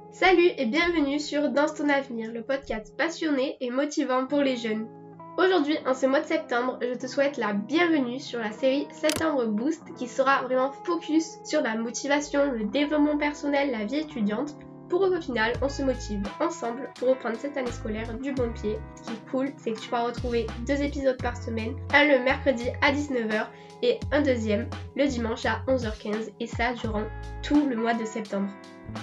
Salut et bienvenue sur Danse ton avenir, le podcast passionné et motivant pour les jeunes. Aujourd'hui, en ce mois de septembre, je te souhaite la bienvenue sur la série Septembre Boost qui sera vraiment focus sur la motivation, le développement personnel, la vie étudiante pour qu'au final, on se motive ensemble pour reprendre cette année scolaire du bon pied. Ce qui est cool, c'est que tu pourras retrouver 2 épisodes par semaine, un le mercredi à 19h et un deuxième le dimanche à 11h15 et ça durant tout le mois de septembre.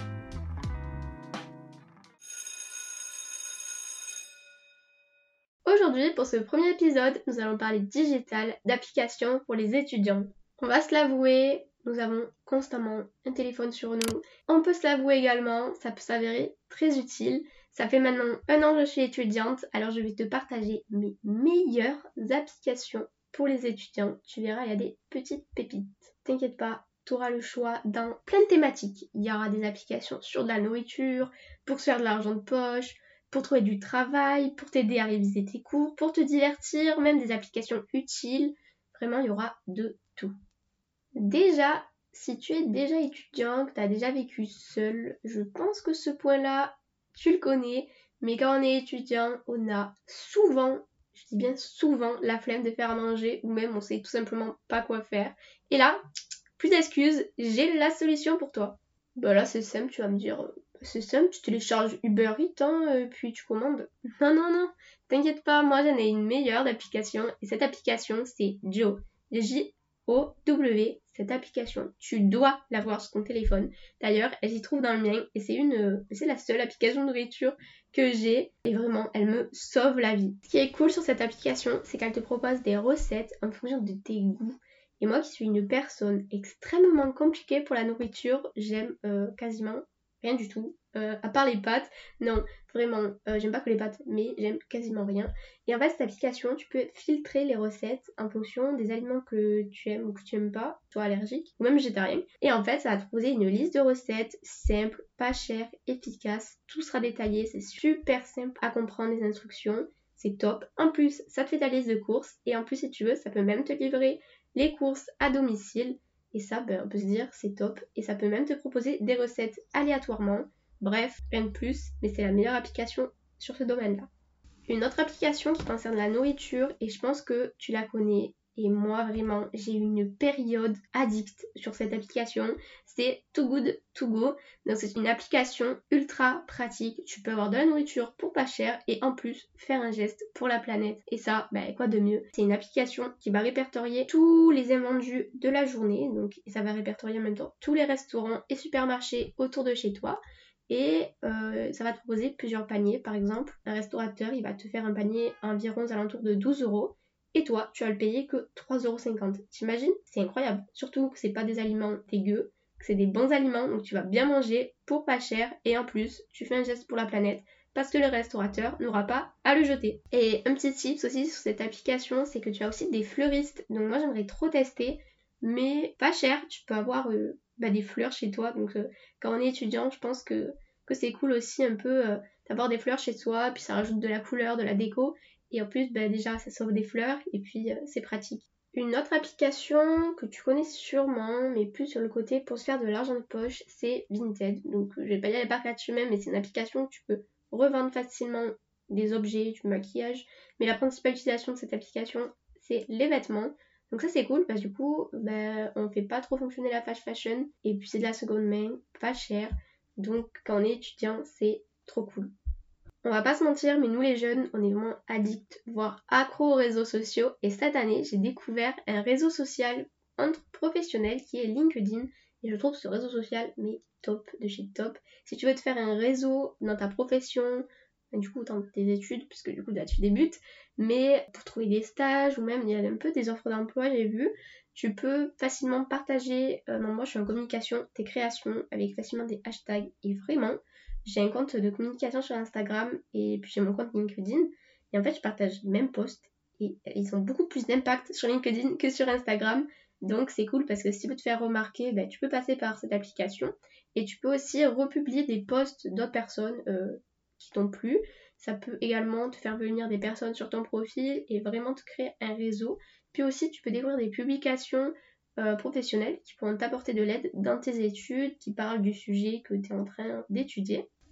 Aujourd'hui, pour ce premier épisode, nous allons parler digital, d'applications pour les étudiants. On va se l'avouer, nous avons constamment un téléphone sur nous. On peut se l'avouer également, ça peut s'avérer très utile. Ça fait maintenant 1 an que je suis étudiante, alors je vais te partager mes meilleures applications pour les étudiants. Tu verras, il y a des petites pépites. T'inquiète pas, tu auras le choix dans plein de thématiques. Il y aura des applications sur de la nourriture, pour se faire de l'argent de poche, pour trouver du travail, pour t'aider à réviser tes cours, pour te divertir, même des applications utiles. Vraiment, il y aura de tout. Déjà, si tu es déjà étudiant, que tu as déjà vécu seul, je pense que ce point-là, tu le connais. Mais quand on est étudiant, on a souvent, je dis bien souvent, la flemme de faire à manger ou même on sait tout simplement pas quoi faire. Et là, plus d'excuses, j'ai la solution pour toi. Bah là, c'est simple, tu vas me dire... C'est simple, tu télécharges Uber Eats, puis tu commandes. Non, t'inquiète pas, moi j'en ai une meilleure d'application. Et cette application, c'est Jow. J-O-W. Cette application, tu dois l'avoir sur ton téléphone. D'ailleurs, elle s'y trouve dans le mien. Et c'est la seule application de nourriture que j'ai. Et vraiment, elle me sauve la vie. Ce qui est cool sur cette application, c'est qu'elle te propose des recettes en fonction de tes goûts. Et moi qui suis une personne extrêmement compliquée pour la nourriture, j'aime quasiment rien du tout, à part les pâtes. Non, vraiment, j'aime pas que les pâtes, mais j'aime quasiment rien. Et en fait, cette application, tu peux filtrer les recettes en fonction des aliments que tu aimes ou que tu aimes pas, soit allergique ou même végétarien. Et en fait, ça va te proposer une liste de recettes simples, pas chères, efficaces. Tout sera détaillé, c'est super simple à comprendre les instructions. C'est top. En plus, ça te fait ta liste de courses. Et en plus, si tu veux, ça peut même te livrer les courses à domicile. Et ça, on peut se dire, c'est top. Et ça peut même te proposer des recettes aléatoirement. Bref, rien de plus, mais c'est la meilleure application sur ce domaine-là. Une autre application qui concerne la nourriture, et je pense que tu la connais, et moi vraiment, j'ai eu une période addict sur cette application, c'est Too Good To Go. Donc c'est une application ultra pratique, tu peux avoir de la nourriture pour pas cher et en plus faire un geste pour la planète. Et ça, quoi de mieux? C'est une application qui va répertorier tous les invendus de la journée, donc et ça va répertorier en même temps tous les restaurants et supermarchés autour de chez toi. Et ça va te proposer plusieurs paniers. Par exemple, un restaurateur, il va te faire un panier environ aux alentours de 12 euros. Et toi, tu vas le payer que 3,50 €. T'imagines? C'est incroyable. Surtout que c'est pas des aliments dégueux, que c'est des bons aliments, donc tu vas bien manger pour pas cher. Et en plus, tu fais un geste pour la planète parce que le restaurateur n'aura pas à le jeter. Et un petit tips aussi sur cette application, c'est que tu as aussi des fleuristes. Donc moi, j'aimerais trop tester, mais pas cher. Tu peux avoir des fleurs chez toi. Donc quand on est étudiant, je pense que c'est cool aussi un peu d'avoir des fleurs chez soi, puis ça rajoute de la couleur, de la déco. Et en plus, déjà, ça sauve des fleurs et puis c'est pratique. Une autre application que tu connais sûrement, mais plus sur le côté pour se faire de l'argent de poche, c'est Vinted. Donc je vais pas y aller par là-dessus même, mais c'est une application où tu peux revendre facilement des objets, du maquillage. Mais la principale utilisation de cette application, c'est les vêtements. Donc ça c'est cool parce que du coup, on fait pas trop fonctionner la fast fashion. Et puis c'est de la seconde main, pas cher. Donc quand on est étudiant, c'est trop cool. On va pas se mentir, mais nous les jeunes, on est vraiment addicts, voire accros aux réseaux sociaux. Et cette année, j'ai découvert un réseau social entre professionnels qui est LinkedIn. Et je trouve ce réseau social, mais top, de chez top. Si tu veux te faire un réseau dans ta profession, du coup dans tes études, puisque du coup là tu débutes, mais pour trouver des stages ou même il y a un peu des offres d'emploi, j'ai vu, tu peux facilement partager, moi je suis en communication, tes créations avec facilement des hashtags. Et vraiment, j'ai un compte de communication sur Instagram et puis j'ai mon compte LinkedIn. Et en fait, je partage les mêmes posts et ils ont beaucoup plus d'impact sur LinkedIn que sur Instagram. Donc c'est cool parce que si tu veux te faire remarquer, tu peux passer par cette application. Et tu peux aussi republier des posts d'autres personnes qui t'ont plu. Ça peut également te faire venir des personnes sur ton profil et vraiment te créer un réseau. Puis aussi, tu peux découvrir des publications professionnels qui pourront t'apporter de l'aide dans tes études, qui parlent du sujet que tu es en train d'étudier.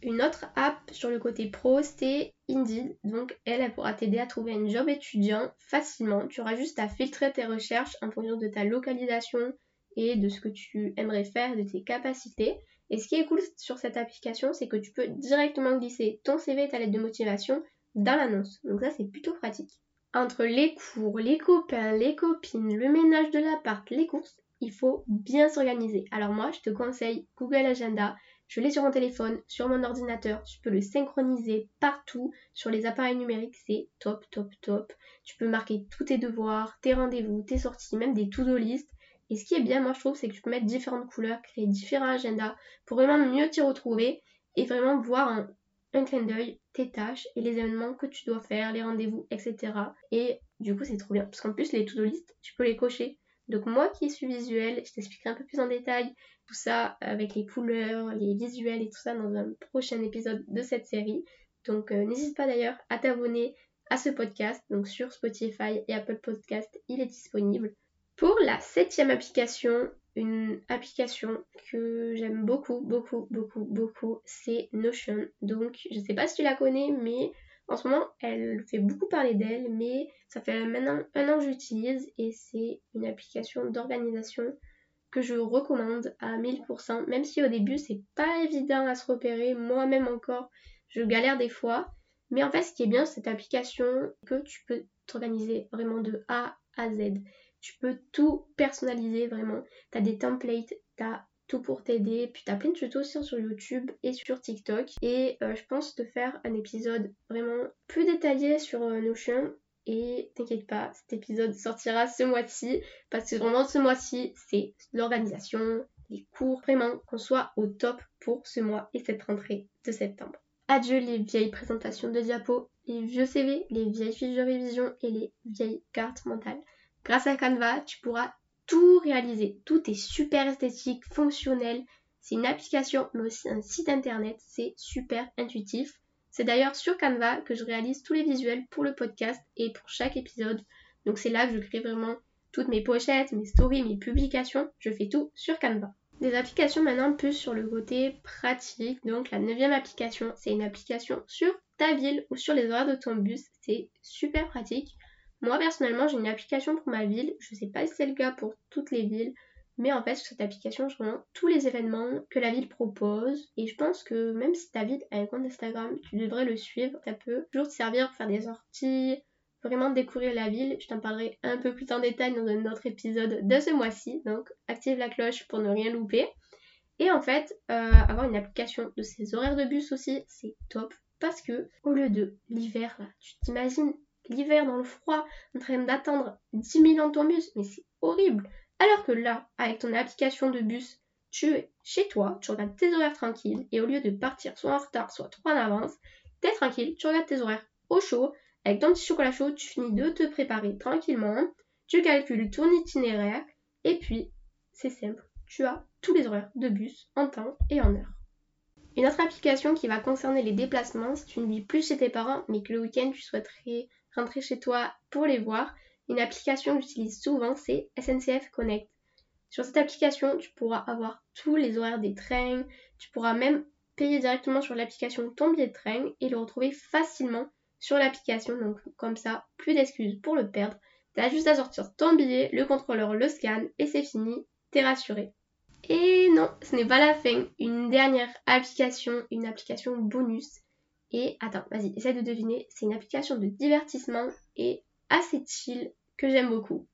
Une autre app sur le côté pro, c'est Indeed. Donc elle pourra t'aider à trouver un job étudiant facilement. Tu auras juste à filtrer tes recherches en fonction de ta localisation et de ce que tu aimerais faire, de tes capacités. Et ce qui est cool sur cette application, c'est que tu peux directement glisser ton CV et ta lettre de motivation dans l'annonce. Donc ça, c'est plutôt pratique. Entre les cours, les copains, les copines, le ménage de l'appart, les courses, il faut bien s'organiser. Alors moi, je te conseille Google Agenda. Je l'ai sur mon téléphone, sur mon ordinateur, tu peux le synchroniser partout sur les appareils numériques, c'est top, top, top. Tu peux marquer tous tes devoirs, tes rendez-vous, tes sorties, même des to-do list. Et ce qui est bien, moi je trouve, c'est que tu peux mettre différentes couleurs, créer différents agendas pour vraiment mieux t'y retrouver et vraiment voir un clin d'œil tes tâches et les événements que tu dois faire, les rendez-vous, etc. Et du coup, c'est trop bien, parce qu'en plus, les to-do list, tu peux les cocher. Donc moi qui suis visuelle, je t'expliquerai un peu plus en détail tout ça avec les couleurs, les visuels et tout ça dans un prochain épisode de cette série. Donc n'hésite pas d'ailleurs à t'abonner à ce podcast. Donc sur Spotify et Apple Podcast, il est disponible. Pour la 7e application, une application que j'aime beaucoup, beaucoup, beaucoup, beaucoup, c'est Notion. Donc je sais pas si tu la connais, mais en ce moment, elle fait beaucoup parler d'elle, mais ça fait maintenant 1 an que j'utilise et c'est une application d'organisation que je recommande à 1000%, même si au début c'est pas évident à se repérer, moi-même encore, je galère des fois. Mais en fait, ce qui est bien, cette application, que tu peux t'organiser vraiment de A à Z. Tu peux tout personnaliser vraiment. T'as des templates, t'as tout pour t'aider. Puis t'as plein de tutos aussi sur YouTube et sur TikTok. Et je pense te faire un épisode vraiment plus détaillé sur Notion. Et t'inquiète pas, cet épisode sortira ce mois-ci. Parce que vraiment ce mois-ci, c'est l'organisation, les cours. Vraiment qu'on soit au top pour ce mois et cette rentrée de septembre. Adieu les vieilles présentations de diapos, les vieux CV, les vieilles fiches de révision et les vieilles cartes mentales. Grâce à Canva, tu pourras tout réaliser. Tout est super esthétique, fonctionnel. C'est une application, mais aussi un site internet. C'est super intuitif. C'est d'ailleurs sur Canva que je réalise tous les visuels pour le podcast et pour chaque épisode. Donc c'est là que je crée vraiment toutes mes pochettes, mes stories, mes publications. Je fais tout sur Canva. Des applications maintenant plus sur le côté pratique. Donc la 9e application, c'est une application sur ta ville ou sur les horaires de ton bus. C'est super pratique. Moi personnellement, j'ai une application pour ma ville. Je sais pas si c'est le cas pour toutes les villes. Mais en fait, sur cette application, je regarde tous les événements que la ville propose. Et je pense que même si ta ville a un compte Instagram, tu devrais le suivre. Ça peut toujours te servir pour faire des sorties, vraiment découvrir la ville. Je t'en parlerai un peu plus en détail dans un autre épisode de ce mois-ci. Donc, active la cloche pour ne rien louper. Et en fait, avoir une application de ces horaires de bus aussi, c'est top. Parce que, au lieu de l'hiver, là, tu t'imagines l'hiver dans le froid, en train d'attendre 10 000 dans ton bus, mais c'est horrible. Alors que là, avec ton application de bus, tu es chez toi, tu regardes tes horaires tranquilles, et au lieu de partir soit en retard, soit trop en avance, t'es tranquille, tu regardes tes horaires au chaud, avec ton petit chocolat chaud, tu finis de te préparer tranquillement, tu calcules ton itinéraire, et puis, c'est simple, tu as tous les horaires de bus en temps et en heure. Une autre application qui va concerner les déplacements, si tu ne vis plus chez tes parents, mais que le week-end tu souhaiterais rentrer chez toi pour les voir, une application que j'utilise souvent, c'est SNCF Connect. Sur cette application, tu pourras avoir tous les horaires des trains, tu pourras même payer directement sur l'application ton billet de train et le retrouver facilement sur l'application. Donc comme ça, plus d'excuses pour le perdre. T'as juste à sortir ton billet, le contrôleur le scanne et c'est fini, t'es rassuré. Et non, ce n'est pas la fin. Une dernière application, une application bonus. Et attends, vas-y, essaie de deviner. C'est une application de divertissement et assez chill que j'aime beaucoup.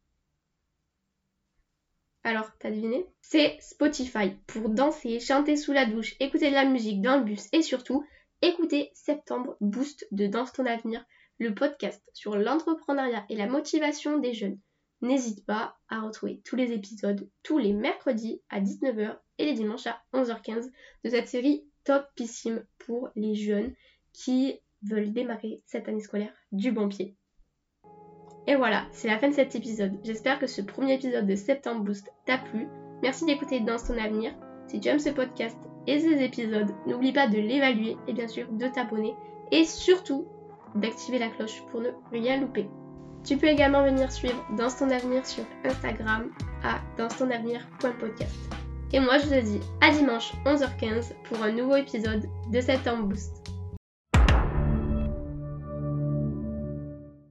Alors, t'as deviné? C'est Spotify. Pour danser, chanter sous la douche, écouter de la musique dans le bus et surtout, écouter Septembre Boost de Danse ton avenir, le podcast sur l'entrepreneuriat et la motivation des jeunes. N'hésite pas à retrouver tous les épisodes tous les mercredis à 19h et les dimanches à 11h15 de cette série topissime pour les jeunes qui veulent démarrer cette année scolaire du bon pied. Et voilà, c'est la fin de cet épisode. J'espère que ce premier épisode de Septembre Boost t'a plu. Merci d'écouter Danse ton avenir. Si tu aimes ce podcast et ces épisodes, n'oublie pas de l'évaluer et bien sûr de t'abonner et surtout d'activer la cloche pour ne rien louper. Tu peux également venir suivre Danse ton avenir sur Instagram à dansetonavenir.podcast. Et moi je te dis à dimanche 11h15 pour un nouveau épisode de Septembre Boost.